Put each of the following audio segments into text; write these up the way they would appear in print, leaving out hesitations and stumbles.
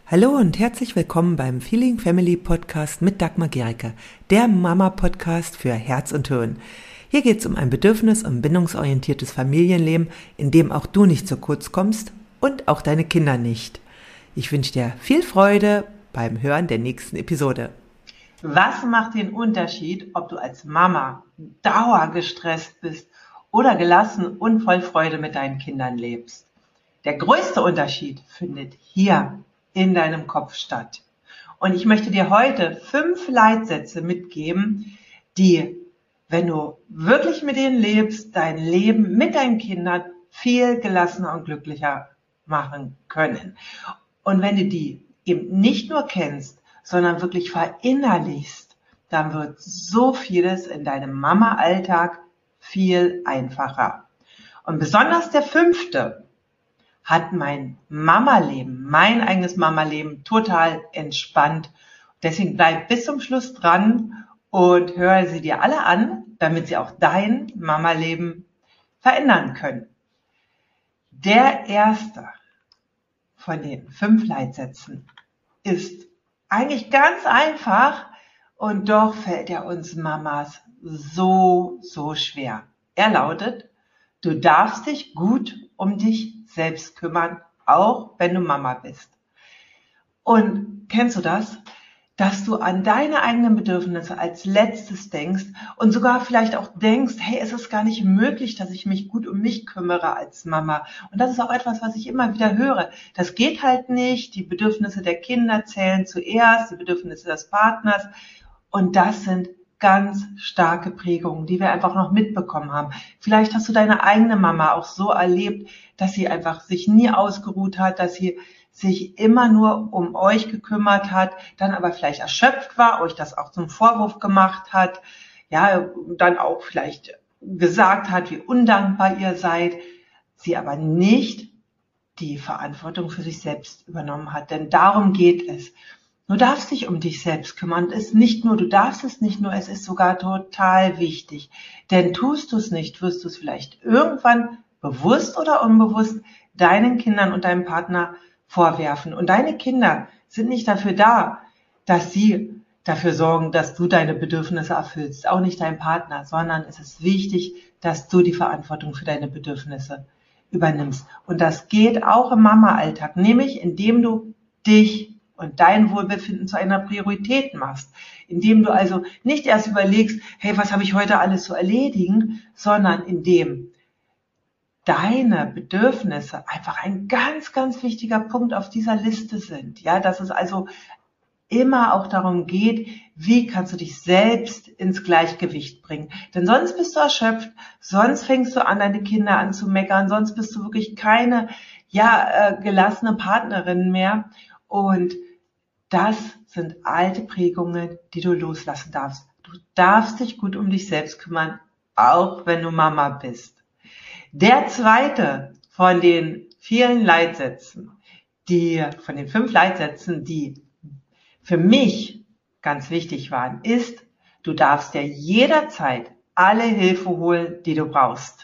Hallo und herzlich willkommen beim Feeling Family Podcast mit Dagmar Gericke, der Mama-Podcast für Herz und Hirn. Hier geht es um ein bedürfnis- und bindungsorientiertes Familienleben, in dem auch du nicht zu kurz kommst und auch deine Kinder nicht. Ich wünsche dir viel Freude beim Hören der nächsten Episode. Was macht den Unterschied, ob du als Mama dauergestresst bist oder gelassen und voll Freude mit deinen Kindern lebst? Der größte Unterschied findet hier in deinem Kopf statt. Und ich möchte dir heute 5 Leitsätze mitgeben, die, wenn du wirklich mit denen lebst, dein Leben mit deinen Kindern viel gelassener und glücklicher machen können. Und wenn du die eben nicht nur kennst, sondern wirklich verinnerlichst, dann wird so vieles in deinem Mama-Alltag viel einfacher. Und besonders der 5. hat mein Mama-Leben, mein eigenes Mama-Leben total entspannt. Deswegen bleib bis zum Schluss dran und höre sie dir alle an, damit sie auch dein Mama-Leben verändern können. Der erste von den 5 Leitsätzen ist eigentlich ganz einfach und doch fällt er uns Mamas so schwer. Er lautet: Du darfst dich gut um dich selbst kümmern, auch wenn du Mama bist. Und kennst du das? Dass du an deine eigenen Bedürfnisse als letztes denkst und sogar vielleicht auch denkst, hey, es ist gar nicht möglich, dass ich mich gut um mich kümmere als Mama. Und das ist auch etwas, was ich immer wieder höre. Das geht halt nicht. Die Bedürfnisse der Kinder zählen zuerst, die Bedürfnisse des Partners. Und das sind ganz starke Prägungen, die wir einfach noch mitbekommen haben. Vielleicht hast du deine eigene Mama auch so erlebt, dass sie einfach sich nie ausgeruht hat, dass sie sich immer nur um euch gekümmert hat, dann aber vielleicht erschöpft war, euch das auch zum Vorwurf gemacht hat, ja, dann auch vielleicht gesagt hat, wie undankbar ihr seid, sie aber nicht die Verantwortung für sich selbst übernommen hat. Denn darum geht es. Du darfst dich um dich selbst kümmern. Du darfst es nicht nur, es ist sogar total wichtig. Denn tust du es nicht, wirst du es vielleicht irgendwann bewusst oder unbewusst deinen Kindern und deinem Partner vorwerfen. Und deine Kinder sind nicht dafür da, dass sie dafür sorgen, dass du deine Bedürfnisse erfüllst. Auch nicht dein Partner, sondern es ist wichtig, dass du die Verantwortung für deine Bedürfnisse übernimmst. Und das geht auch im Mama-Alltag, nämlich indem du dich und dein Wohlbefinden zu einer Priorität machst, indem du also nicht erst überlegst, hey, was habe ich heute alles zu erledigen, sondern indem deine Bedürfnisse einfach ein ganz wichtiger Punkt auf dieser Liste sind. Ja, dass es also immer auch darum geht, wie kannst du dich selbst ins Gleichgewicht bringen. Denn sonst bist du erschöpft, sonst fängst du an, deine Kinder an zu meckern, sonst bist du wirklich keine gelassene Partnerin mehr. Und das sind alte Prägungen, die du loslassen darfst. Du darfst dich gut um dich selbst kümmern, auch wenn du Mama bist. Der 2. von den vielen Leitsätzen, von den 5 Leitsätzen, die für mich ganz wichtig waren, ist: Du darfst dir jederzeit alle Hilfe holen, die du brauchst.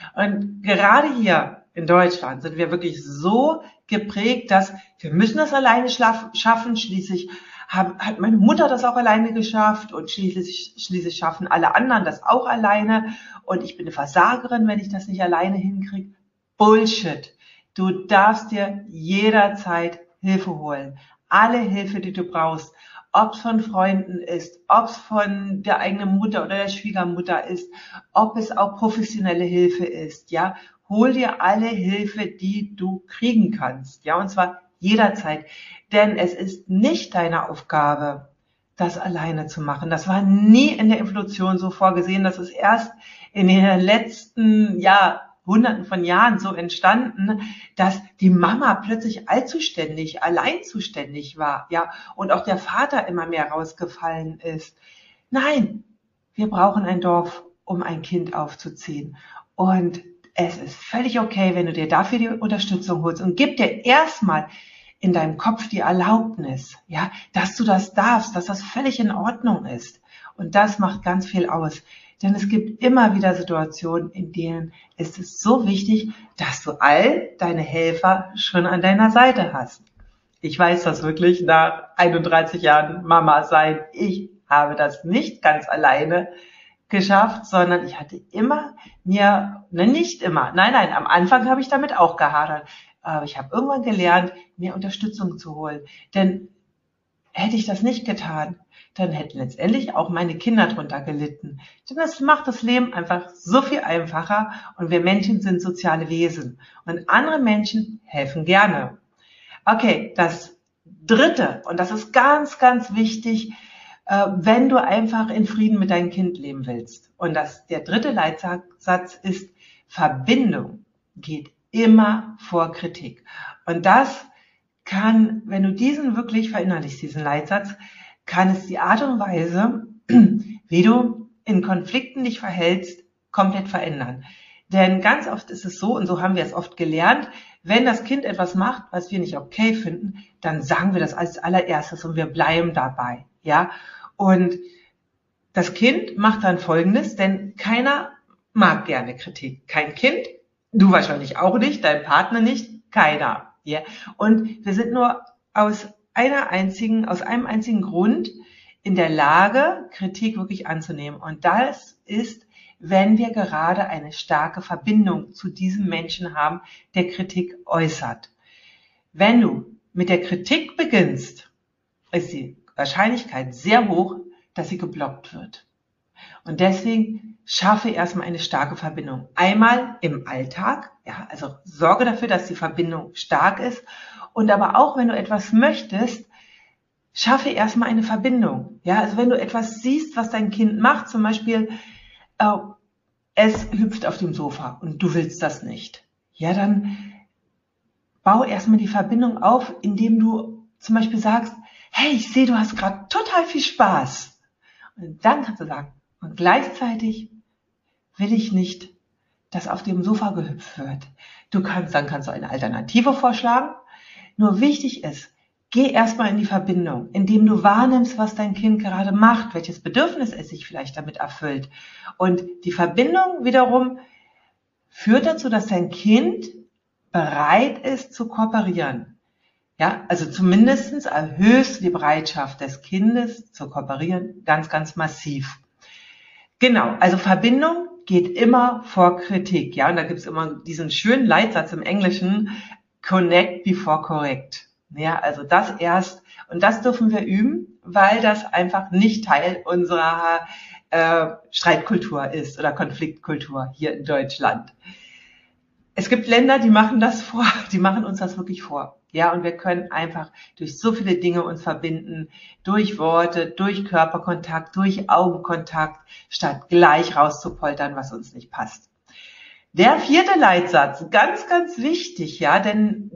Und gerade hier in Deutschland sind wir wirklich so geprägt, dass wir müssen das alleine schaffen. Schließlich hat meine Mutter das auch alleine geschafft und schließlich schaffen alle anderen das auch alleine. Und ich bin eine Versagerin, wenn ich das nicht alleine hinkriege. Bullshit. Du darfst dir jederzeit Hilfe holen. Alle Hilfe, die du brauchst. Ob es von Freunden ist, ob es von der eigenen Mutter oder der Schwiegermutter ist, ob es auch professionelle Hilfe ist, ja. Hol dir alle Hilfe, die du kriegen kannst, ja, und zwar jederzeit. Denn es ist nicht deine Aufgabe, das alleine zu machen. Das war nie in der Evolution so vorgesehen. Das ist erst in den letzten, Hunderten von Jahren so entstanden, dass die Mama plötzlich alleinzuständig war, ja, und auch der Vater immer mehr rausgefallen ist. Nein, wir brauchen ein Dorf, um ein Kind aufzuziehen. Und es ist völlig okay, wenn du dir dafür die Unterstützung holst, und gib dir erstmal in deinem Kopf die Erlaubnis, ja, dass du das darfst, dass das völlig in Ordnung ist. Und das macht ganz viel aus. Denn es gibt immer wieder Situationen, in denen ist es so wichtig, dass du all deine Helfer schon an deiner Seite hast. Ich weiß das wirklich nach 31 Jahren Mama sein. Ich habe das nicht ganz alleine geschafft, sondern ich hatte immer nicht immer, nein, am Anfang habe ich damit auch gehadert. Aber ich habe irgendwann gelernt, mir Unterstützung zu holen. Denn hätte ich das nicht getan, dann hätten letztendlich auch meine Kinder drunter gelitten. Denn das macht das Leben einfach so viel einfacher und wir Menschen sind soziale Wesen und andere Menschen helfen gerne. Okay, das Dritte, und das ist ganz, ganz wichtig, wenn du einfach in Frieden mit deinem Kind leben willst. Und der dritte Leitsatz ist, Verbindung geht immer vor Kritik. Und das kann, wenn du diesen wirklich verinnerlichst, diesen Leitsatz, kann es die Art und Weise, wie du in Konflikten dich verhältst, komplett verändern. Denn ganz oft ist es so, und so haben wir es oft gelernt, wenn das Kind etwas macht, was wir nicht okay finden, dann sagen wir das als allererstes und wir bleiben dabei, ja. Und das Kind macht dann Folgendes, denn keiner mag gerne Kritik. Kein Kind, du wahrscheinlich auch nicht, dein Partner nicht, keiner, ja. Und wir sind nur aus einem einzigen Grund in der Lage, Kritik wirklich anzunehmen. Und das ist, wenn wir gerade eine starke Verbindung zu diesem Menschen haben, der Kritik äußert. Wenn du mit der Kritik beginnst, ist die Wahrscheinlichkeit sehr hoch, dass sie geblockt wird. Und deswegen schaffe erstmal eine starke Verbindung. Einmal im Alltag, ja, also sorge dafür, dass die Verbindung stark ist. Und aber auch, wenn du etwas möchtest, schaffe erstmal eine Verbindung. Ja, also wenn du etwas siehst, was dein Kind macht, zum Beispiel, es hüpft auf dem Sofa und du willst das nicht. Ja, dann bau erstmal die Verbindung auf, indem du zum Beispiel sagst, hey, ich sehe, du hast gerade total viel Spaß. Und dann kannst du sagen, und gleichzeitig will ich nicht, dass auf dem Sofa gehüpft wird. Dann kannst du eine Alternative vorschlagen. Nur wichtig ist, geh erstmal in die Verbindung, indem du wahrnimmst, was dein Kind gerade macht, welches Bedürfnis es sich vielleicht damit erfüllt. Und die Verbindung wiederum führt dazu, dass dein Kind bereit ist zu kooperieren. Ja, also zumindest erhöhst du die Bereitschaft des Kindes zu kooperieren ganz, ganz massiv. Genau, also Verbindung geht immer vor Kritik. Ja, und da gibt es immer diesen schönen Leitsatz im Englischen, Connect before correct. Ja, also das erst, und das dürfen wir üben, weil das einfach nicht Teil unserer Streitkultur ist oder Konfliktkultur hier in Deutschland. Es gibt Länder, die machen uns das wirklich vor. Ja, und wir können einfach durch so viele Dinge uns verbinden, durch Worte, durch Körperkontakt, durch Augenkontakt, statt gleich rauszupoltern, was uns nicht passt. Der vierte Leitsatz, ganz, ganz wichtig, ja, denn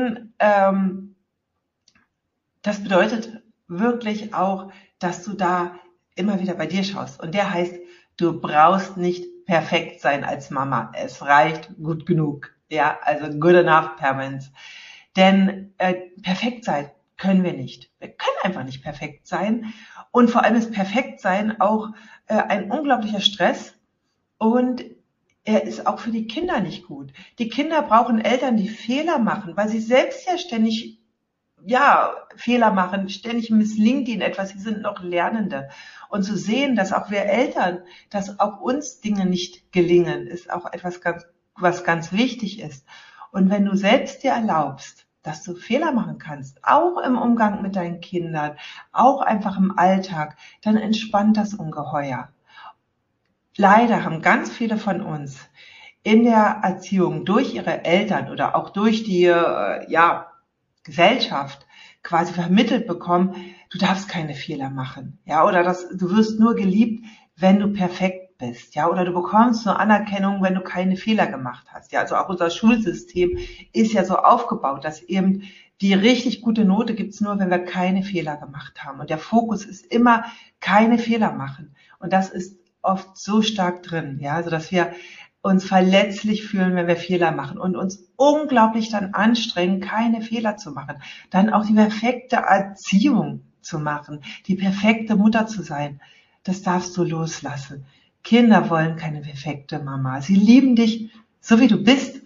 das bedeutet wirklich auch, dass du da immer wieder bei dir schaust. Und der heißt, du brauchst nicht perfekt sein als Mama. Es reicht gut genug. Ja, also good enough parents. Denn perfekt sein können wir nicht. Wir können einfach nicht perfekt sein. Und vor allem ist perfekt sein auch ein unglaublicher Stress. Und er ist auch für die Kinder nicht gut. Die Kinder brauchen Eltern, die Fehler machen, weil sie selbst ja ständig Fehler machen, ständig misslingt ihnen etwas, sie sind noch Lernende. Und zu sehen, dass auch wir Eltern, dass auch uns Dinge nicht gelingen, ist auch etwas was ganz wichtig ist. Und wenn du selbst dir erlaubst, dass du Fehler machen kannst, auch im Umgang mit deinen Kindern, auch einfach im Alltag, dann entspannt das ungeheuer. Leider haben ganz viele von uns in der Erziehung durch ihre Eltern oder auch durch die Gesellschaft quasi vermittelt bekommen, du darfst keine Fehler machen, ja, oder du wirst nur geliebt, wenn du perfekt bist, ja, oder du bekommst nur Anerkennung, wenn du keine Fehler gemacht hast, ja, also auch unser Schulsystem ist ja so aufgebaut, dass eben die richtig gute Note gibt's nur, wenn wir keine Fehler gemacht haben und der Fokus ist immer keine Fehler machen und das ist oft so stark drin, ja, also dass wir uns verletzlich fühlen, wenn wir Fehler machen und uns unglaublich dann anstrengen, keine Fehler zu machen. Dann auch die perfekte Erziehung zu machen, die perfekte Mutter zu sein. Das darfst du loslassen. Kinder wollen keine perfekte Mama. Sie lieben dich so, wie du bist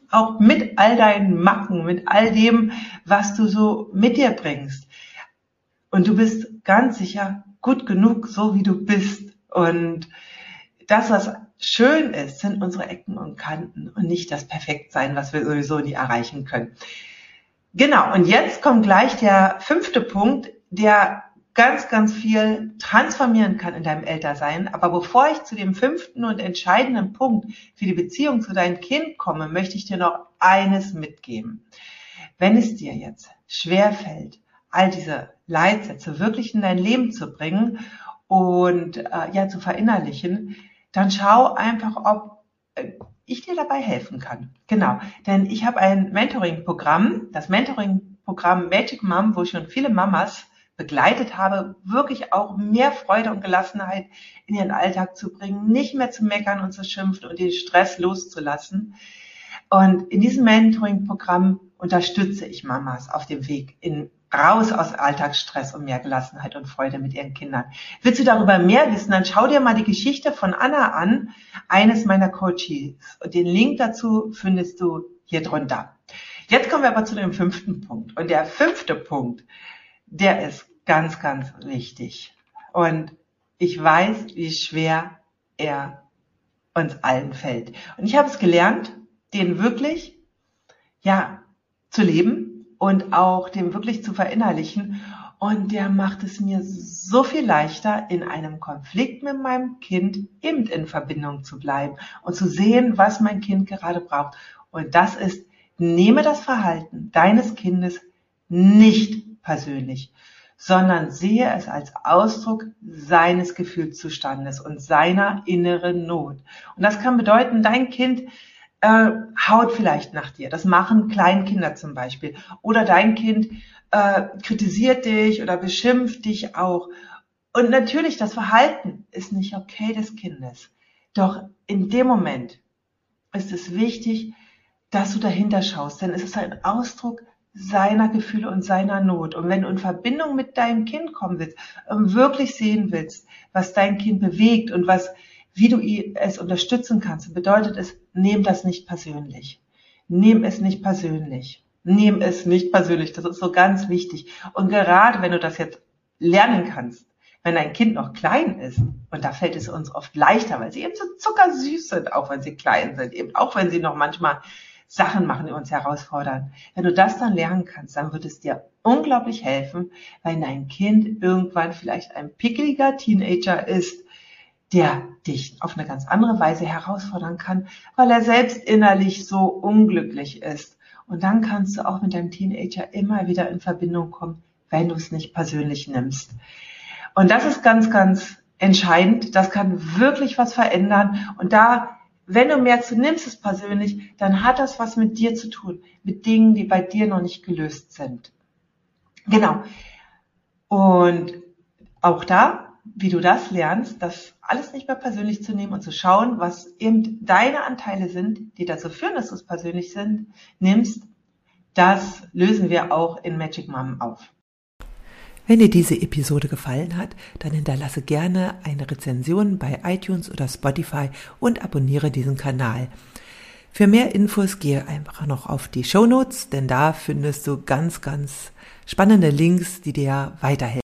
auch mit all deinen Macken, mit all dem, was du so mit dir bringst. Und du bist ganz sicher gut genug, so wie du bist. Und das, was schön ist, sind unsere Ecken und Kanten und nicht das Perfektsein, was wir sowieso nie erreichen können. Genau, und jetzt kommt gleich der 5. Punkt, der ganz, ganz viel transformieren kann in deinem Ältersein. Aber bevor ich zu dem 5. und entscheidenden Punkt für die Beziehung zu deinem Kind komme, möchte ich dir noch eines mitgeben. Wenn es dir jetzt schwerfällt, all diese Leitsätze wirklich in dein Leben zu bringen und zu verinnerlichen, dann schau einfach, ob ich dir dabei helfen kann. Genau, denn ich habe ein Mentoring-Programm, das Mentoring-Programm Magic Mom, wo ich schon viele Mamas begleitet habe, wirklich auch mehr Freude und Gelassenheit in ihren Alltag zu bringen, nicht mehr zu meckern und zu schimpfen und den Stress loszulassen. Und in diesem Mentoring-Programm unterstütze ich Mamas auf dem Weg raus aus Alltagsstress und mehr Gelassenheit und Freude mit ihren Kindern. Willst du darüber mehr wissen, dann schau dir mal die Geschichte von Anna an, eines meiner Coaches. Und den Link dazu findest du hier drunter. Jetzt kommen wir aber zu dem 5. Punkt. Und der 5. Punkt, der ist ganz, ganz wichtig. Und ich weiß, wie schwer er uns allen fällt. Und ich habe es gelernt, den wirklich, zu leben und auch den wirklich zu verinnerlichen. Und der macht es mir so viel leichter, in einem Konflikt mit meinem Kind eben in Verbindung zu bleiben und zu sehen, was mein Kind gerade braucht. Und das ist, nehme das Verhalten deines Kindes nicht persönlich, sondern sehe es als Ausdruck seines Gefühlszustandes und seiner inneren Not. Und das kann bedeuten, dein Kind haut vielleicht nach dir. Das machen Kleinkinder zum Beispiel. Oder dein Kind kritisiert dich oder beschimpft dich auch. Und natürlich, das Verhalten ist nicht okay des Kindes. Doch in dem Moment ist es wichtig, dass du dahinter schaust, denn es ist ein Ausdruck seiner Gefühle und seiner Not. Und wenn du in Verbindung mit deinem Kind kommen willst und wirklich sehen willst, was dein Kind bewegt und wie du es unterstützen kannst, bedeutet es, nimm das nicht persönlich. Nimm es nicht persönlich. Nimm es nicht persönlich. Das ist so ganz wichtig. Und gerade wenn du das jetzt lernen kannst, wenn dein Kind noch klein ist, und da fällt es uns oft leichter, weil sie eben so zuckersüß sind, auch wenn sie klein sind, eben auch wenn sie noch manchmal Sachen machen, die uns herausfordern. Wenn du das dann lernen kannst, dann wird es dir unglaublich helfen, weil dein Kind irgendwann vielleicht ein pickeliger Teenager ist, der dich auf eine ganz andere Weise herausfordern kann, weil er selbst innerlich so unglücklich ist. Und dann kannst du auch mit deinem Teenager immer wieder in Verbindung kommen, wenn du es nicht persönlich nimmst. Und das ist ganz, ganz entscheidend. Das kann wirklich was verändern. Und wenn du merkst, du nimmst es persönlich, dann hat das was mit dir zu tun, mit Dingen, die bei dir noch nicht gelöst sind. Genau. Und auch wie du das lernst, das alles nicht mehr persönlich zu nehmen und zu schauen, was eben deine Anteile sind, die dazu führen, dass du es persönlich nimmst, das lösen wir auch in Magic Mom auf. Wenn dir diese Episode gefallen hat, dann hinterlasse gerne eine Rezension bei iTunes oder Spotify und abonniere diesen Kanal. Für mehr Infos gehe einfach noch auf die Shownotes, denn da findest du ganz, ganz spannende Links, die dir weiterhelfen.